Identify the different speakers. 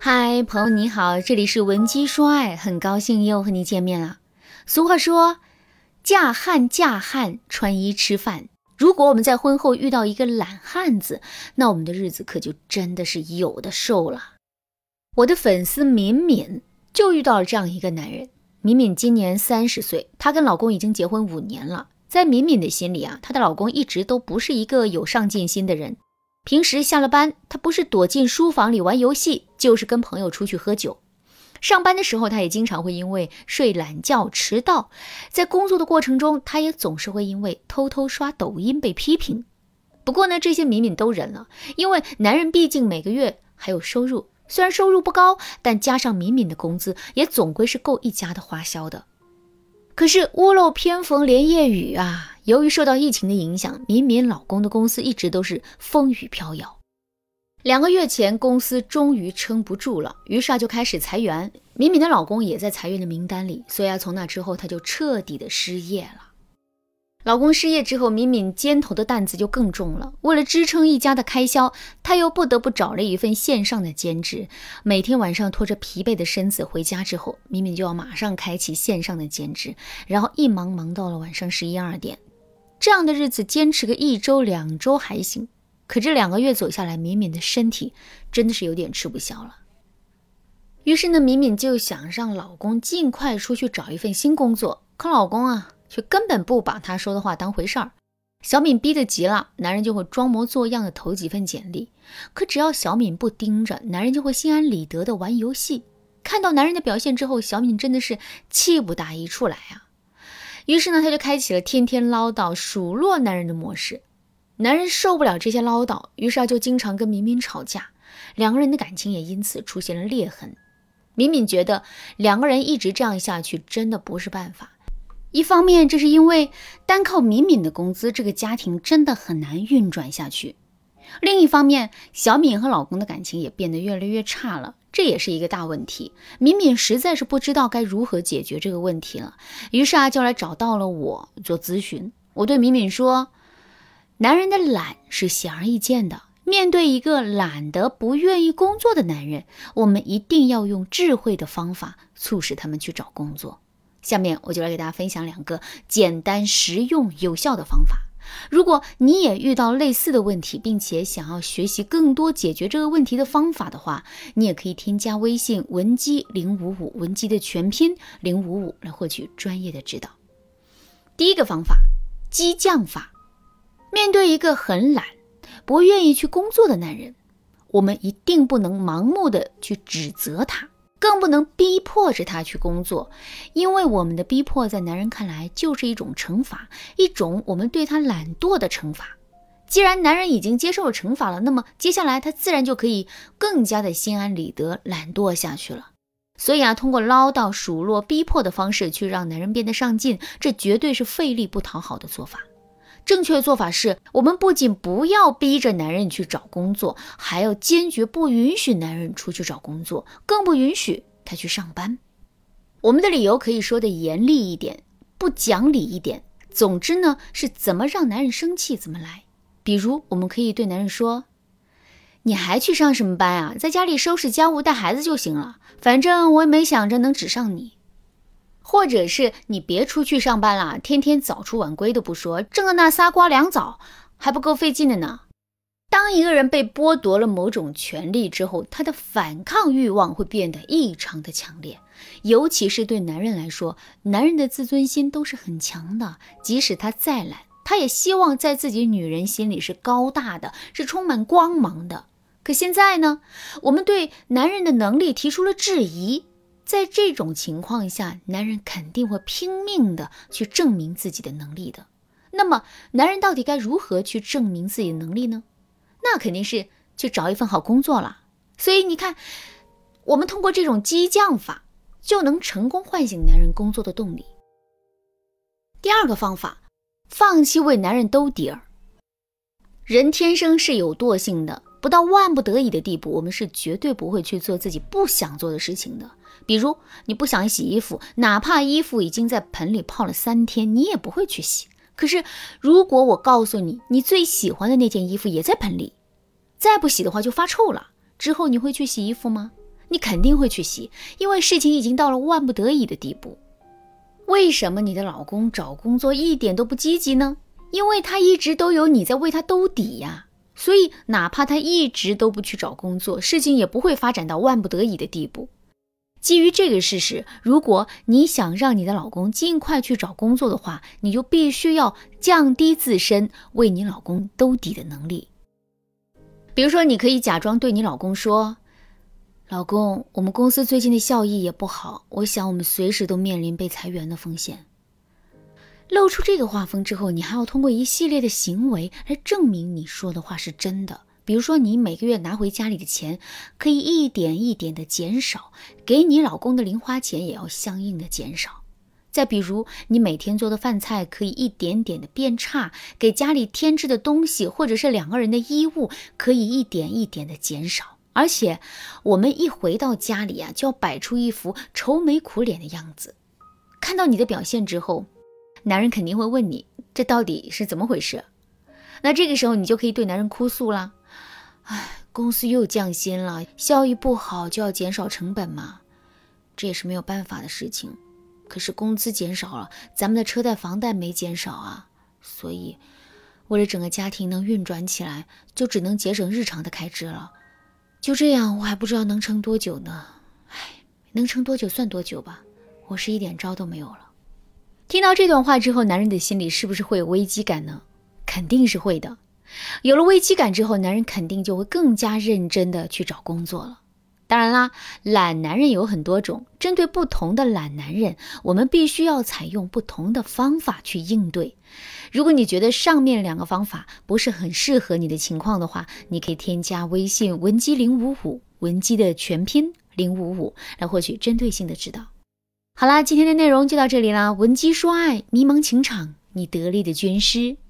Speaker 1: 嗨，朋友你好，这里是文姬说爱，很高兴又和你见面了。俗话说，嫁汉嫁汉，穿衣吃饭。如果我们在婚后遇到一个懒汉子，那我们的日子可就真的是有的受了。我的粉丝敏敏就遇到了这样一个男人。敏敏今年30岁，她跟老公已经结婚5年了。在敏敏的心里啊，她的老公一直都不是一个有上进心的人。平时下了班，她不是躲进书房里玩游戏，就是跟朋友出去喝酒。上班的时候，她也经常会因为睡懒觉迟到。在工作的过程中，她也总是会因为偷偷刷抖音被批评。不过呢，这些敏敏都忍了，因为男人毕竟每个月还有收入，虽然收入不高，但加上敏敏的工资，也总归是够一家的花销的。可是屋漏偏逢连夜雨啊，由于受到疫情的影响，敏敏老公的公司一直都是风雨飘摇。2个月前，公司终于撑不住了，于是就开始裁员。敏敏的老公也在裁员的名单里，所以从那之后他就彻底的失业了。老公失业之后，敏敏肩头的担子就更重了。为了支撑一家的开销，她又不得不找了一份线上的兼职。每天晚上拖着疲惫的身子回家之后，敏敏就要马上开启线上的兼职，然后一忙到了晚上11、12点。这样的日子坚持个1周2周还行，可这2个月走下来，敏敏的身体真的是有点吃不消了。于是呢，敏敏就想让老公尽快出去找一份新工作，可老公啊却根本不把她说的话当回事儿。小敏逼得急了，男人就会装模作样的投几份简历，可只要小敏不盯着，男人就会心安理得的玩游戏。看到男人的表现之后，小敏真的是气不打一处来啊。于是呢，她就开启了天天唠叨数落男人的模式。男人受不了这些唠叨，于是就经常跟敏敏吵架，2个人的感情也因此出现了裂痕。敏敏觉得2个人一直这样下去真的不是办法。一方面，这是因为单靠敏敏的工资，这个家庭真的很难运转下去。另一方面，小敏和老公的感情也变得越来越差了，这也是一个大问题。敏敏实在是不知道该如何解决这个问题了，于是就来找到了我做咨询。我对敏敏说，男人的懒是显而易见的，面对一个懒得不愿意工作的男人，我们一定要用智慧的方法促使他们去找工作。下面我就来给大家分享2个简单实用有效的方法。如果你也遇到类似的问题，并且想要学习更多解决这个问题的方法的话，你也可以添加微信文姬055，文姬的全拼055，来获取专业的指导。第一个方法，激将法。面对一个很懒不愿意去工作的男人，我们一定不能盲目的去指责他，更不能逼迫着他去工作，因为我们的逼迫在男人看来就是一种惩罚，一种我们对他懒惰的惩罚。既然男人已经接受了惩罚了，那么接下来他自然就可以更加的心安理得懒惰下去了。所以通过唠叨、数落、逼迫的方式去让男人变得上进，这绝对是费力不讨好的做法。正确的做法是，我们不仅不要逼着男人去找工作，还要坚决不允许男人出去找工作，更不允许他去上班。我们的理由可以说的严厉一点，不讲理一点，总之呢，是怎么让男人生气怎么来。比如我们可以对男人说，你还去上什么班啊？在家里收拾家务带孩子就行了，反正我也没想着能指上你。或者是你别出去上班了，天天早出晚归都不说，挣的那仨瓜2枣还不够费劲的呢。当一个人被剥夺了某种权利之后，他的反抗欲望会变得异常的强烈。尤其是对男人来说，男人的自尊心都是很强的，即使他再懒，他也希望在自己女人心里是高大的，是充满光芒的。可现在呢，我们对男人的能力提出了质疑，在这种情况下，男人肯定会拼命的去证明自己的能力的。那么男人到底该如何去证明自己的能力呢？那肯定是去找一份好工作了。所以你看，我们通过这种激将法就能成功唤醒男人工作的动力。第2个方法，放弃为男人兜底儿。人天生是有惰性的，不到万不得已的地步，我们是绝对不会去做自己不想做的事情的。比如你不想洗衣服，哪怕衣服已经在盆里泡了3天，你也不会去洗。可是如果我告诉你，你最喜欢的那件衣服也在盆里，再不洗的话就发臭了，之后你会去洗衣服吗？ 你肯定会去洗，因为事情已经到了万不得已的地步。为什么你的老公找工作一点都不积极呢？因为他一直都有你在为他兜底呀。所以哪怕他一直都不去找工作，事情也不会发展到万不得已的地步。基于这个事实，如果你想让你的老公尽快去找工作的话，你就必须要降低自身为你老公兜底的能力。比如说，你可以假装对你老公说，老公，我们公司最近的效益也不好，我想我们随时都面临被裁员的风险。露出这个画风之后，你还要通过一系列的行为来证明你说的话是真的。比如说，你每个月拿回家里的钱可以一点一点的减少，给你老公的零花钱也要相应的减少。再比如，你每天做的饭菜可以一点点的变差，给家里添置的东西或者是两个人的衣物可以一点一点的减少。而且我们一回到家里啊，就要摆出一副愁眉苦脸的样子。看到你的表现之后，男人肯定会问你，这到底是怎么回事？那这个时候你就可以对男人哭诉啦。公司又降薪了，效益不好就要减少成本嘛，这也是没有办法的事情。可是工资减少了，咱们的车贷房贷没减少啊，所以为了整个家庭能运转起来，就只能节省日常的开支了。就这样，我还不知道能撑多久呢。能撑多久算多久吧，我是一点招都没有了。听到这段话之后，男人的心里是不是会有危机感呢？肯定是会的。有了危机感之后，男人肯定就会更加认真的去找工作了。当然啦，懒男人有很多种，针对不同的懒男人，我们必须要采用不同的方法去应对。如果你觉得上面两个方法不是很适合你的情况的话，你可以添加微信文姬055，文姬的全拼055，来获取针对性的指导。好啦，今天的内容就到这里啦。文姬说爱，迷茫情场，你得力的军师。